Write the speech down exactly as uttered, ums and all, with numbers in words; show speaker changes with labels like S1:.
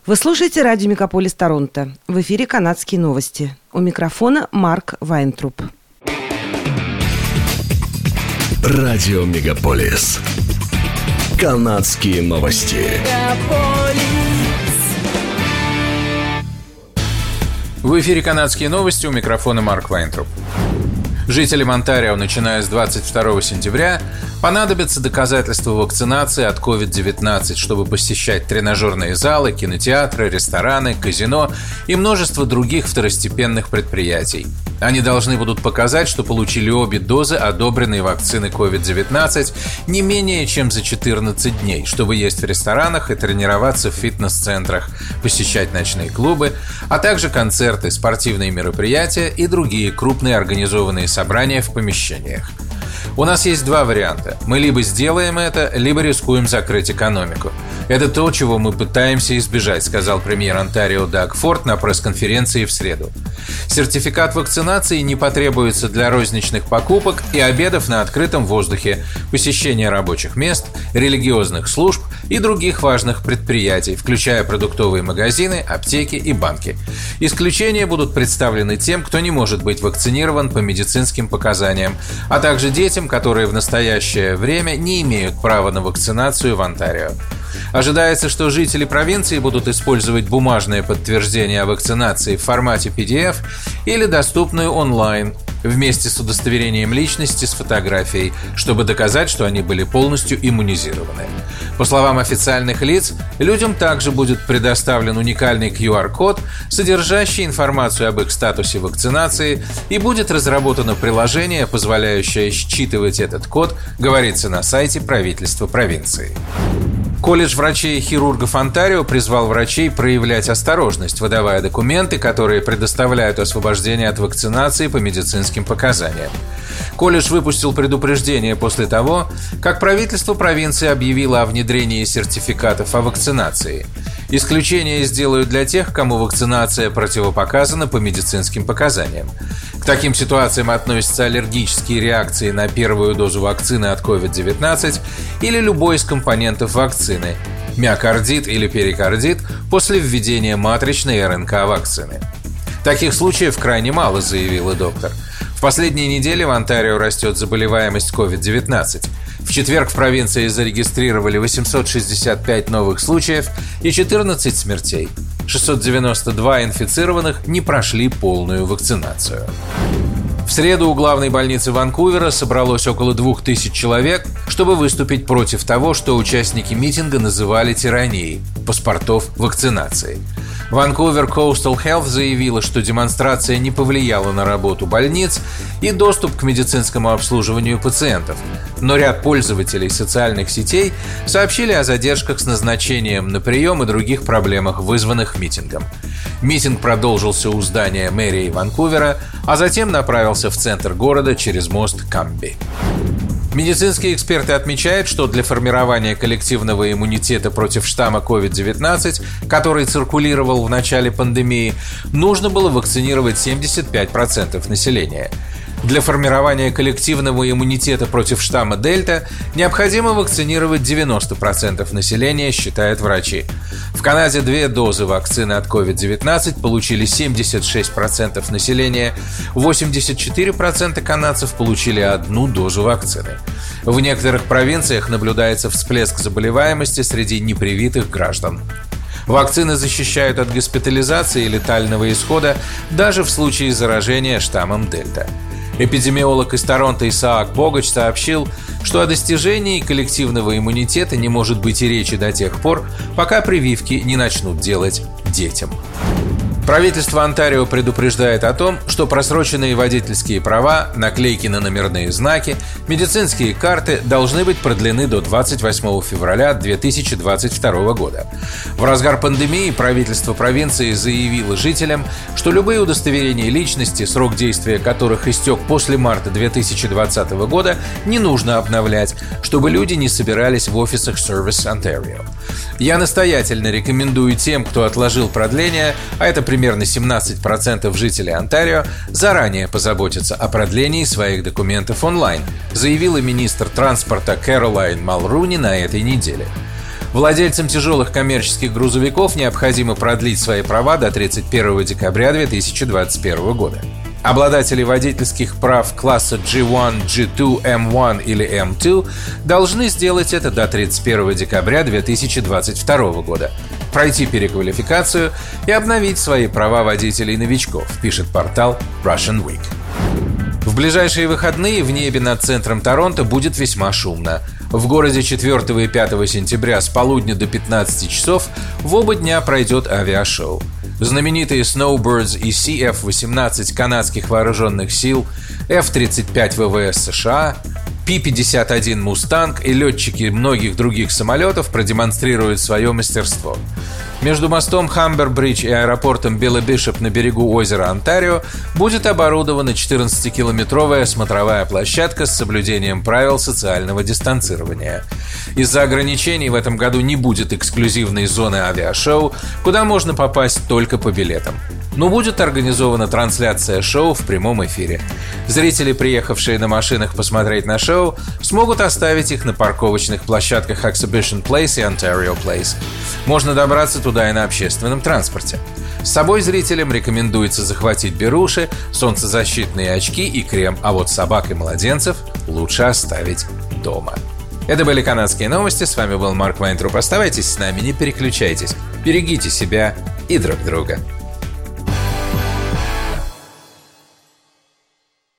S1: Вы слушаете радио Мегаполис Торонто. В эфире канадские новости. У микрофона Марк Вайнтруп.
S2: Радио Мегаполис. Канадские новости.
S3: В эфире канадские новости. У микрофона Марк Вайнтруп. Жителям Онтарио, начиная с двадцать второго сентября, понадобятся доказательства вакцинации от ковид девятнадцать, чтобы посещать тренажерные залы, кинотеатры, рестораны, казино и множество других второстепенных предприятий. Они должны будут показать, что получили обе дозы одобренной вакцины ковид девятнадцать не менее чем за четырнадцать дней, чтобы есть в ресторанах и тренироваться в фитнес-центрах, посещать ночные клубы, а также концерты, спортивные мероприятия и другие крупные организованные собрания в помещениях. У нас есть два варианта. Мы либо сделаем это, либо рискуем закрыть экономику. Это то, чего мы пытаемся избежать, сказал премьер Онтарио Даг Форд на пресс-конференции в среду. Сертификат вакцинации не потребуется для розничных покупок и обедов на открытом воздухе, посещения рабочих мест, религиозных служб и других важных предприятий, включая продуктовые магазины, аптеки и банки. Исключения будут представлены тем, кто не может быть вакцинирован по медицинским показаниям, а также детям, которые в настоящее время не имеют права на вакцинацию в Онтарио. Ожидается, что жители провинции будут использовать бумажное подтверждение о вакцинации в формате пи ди эф или доступную онлайн вместе с удостоверением личности с фотографией, чтобы доказать, что они были полностью иммунизированы. По словам официальных лиц, людям также будет предоставлен уникальный ку ар-код, содержащий информацию об их статусе вакцинации, и будет разработано приложение, позволяющее считывать этот код, говорится на сайте правительства провинции. Колледж врачей и хирургов Онтарио призвал врачей проявлять осторожность, выдавая документы, которые предоставляют освобождение от вакцинации по медицинским показаниям. Колледж выпустил предупреждение после того, как правительство провинции объявило о внедрении сертификатов о вакцинации. Исключение сделают для тех, кому вакцинация противопоказана по медицинским показаниям. К таким ситуациям относятся аллергические реакции на первую дозу вакцины от ковид девятнадцать или любой из компонентов вакцины, миокардит или перикардит после введения матричной эр эн ка-вакцины. Таких случаев крайне мало, заявила доктор. В последние недели в Онтарио растет заболеваемость ковид девятнадцать. В четверг в провинции зарегистрировали восемьсот шестьдесят пять новых случаев и четырнадцать смертей. шестьсот девяносто два инфицированных не прошли полную вакцинацию. В среду у главной больницы Ванкувера собралось около двух тысяч человек, чтобы выступить против того, что участники митинга называли тиранией паспортов вакцинации. Vancouver Coastal Health заявила, что демонстрация не повлияла на работу больниц и доступ к медицинскому обслуживанию пациентов, но ряд пользователей социальных сетей сообщили о задержках с назначением на прием и других проблемах, вызванных митингом. Митинг продолжился у здания мэрии Ванкувера, а затем направился в центр города через мост Камби. Медицинские эксперты отмечают, что для формирования коллективного иммунитета против штамма ковид девятнадцать, который циркулировал в начале пандемии, нужно было вакцинировать семьдесят пять процентов населения. Для формирования коллективного иммунитета против штамма Дельта необходимо вакцинировать девяносто процентов населения, считают врачи. В Канаде две дозы вакцины от ковид девятнадцать получили семьдесят шесть процентов населения, восемьдесят четыре процента канадцев получили одну дозу вакцины. В некоторых провинциях наблюдается всплеск заболеваемости среди непривитых граждан. Вакцины защищают от госпитализации и летального исхода даже в случае заражения штаммом Дельта. Эпидемиолог из Торонто Исаак Богач сообщил, что о достижении коллективного иммунитета не может быть и речи до тех пор, пока прививки не начнут делать детям. Правительство Онтарио предупреждает о том, что просроченные водительские права, наклейки на номерные знаки, медицинские карты должны быть продлены до двадцать восьмого февраля две тысячи двадцать второго года. В разгар пандемии правительство провинции заявило жителям, что любые удостоверения личности, срок действия которых истек после марта две тысячи двадцатого года, не нужно обновлять, чтобы люди не собирались в офисах Service Ontario. Я настоятельно рекомендую тем, кто отложил продление, а это примерно семнадцать процентов жителей Онтарио, заранее позаботиться о продлении своих документов онлайн, заявила министр транспорта Кэролайн Малруни на этой неделе. Владельцам тяжелых коммерческих грузовиков необходимо продлить свои права до тридцать первого декабря две тысячи двадцать первого года. Обладатели водительских прав класса джи один, джи два, эм один или эм два должны сделать это до тридцать первого декабря две тысячи двадцать второго года, пройти переквалификацию и обновить свои права водителей-новичков, пишет портал Russian Week. В ближайшие выходные в небе над центром Торонто будет весьма шумно. В городе четвёртого и пятого сентября с полудня до пятнадцати часов в оба дня пройдет авиашоу. Знаменитые Snowbirds и си эф восемнадцать канадских вооруженных сил, эф тридцать пять ВВС США, пи пятьдесят один Mustang и летчики многих других самолетов продемонстрируют свое мастерство. Между мостом Хамбер-Бридж и аэропортом Белла-Бишоп на берегу озера Онтарио будет оборудована четырнадцатикилометровая смотровая площадка с соблюдением правил социального дистанцирования. Из-за ограничений в этом году не будет эксклюзивной зоны авиашоу, куда можно попасть только по билетам. Но будет организована трансляция шоу в прямом эфире. Зрители, приехавшие на машинах посмотреть на шоу, смогут оставить их на парковочных площадках Exhibition Place и Ontario Place. Можно добраться туда и на общественном транспорте. С собой зрителям рекомендуется захватить беруши, солнцезащитные очки и крем, а вот собак и младенцев лучше оставить дома. Это были канадские новости, с вами был Марк Вайнтруп. Оставайтесь с нами, не переключайтесь, берегите себя и друг друга.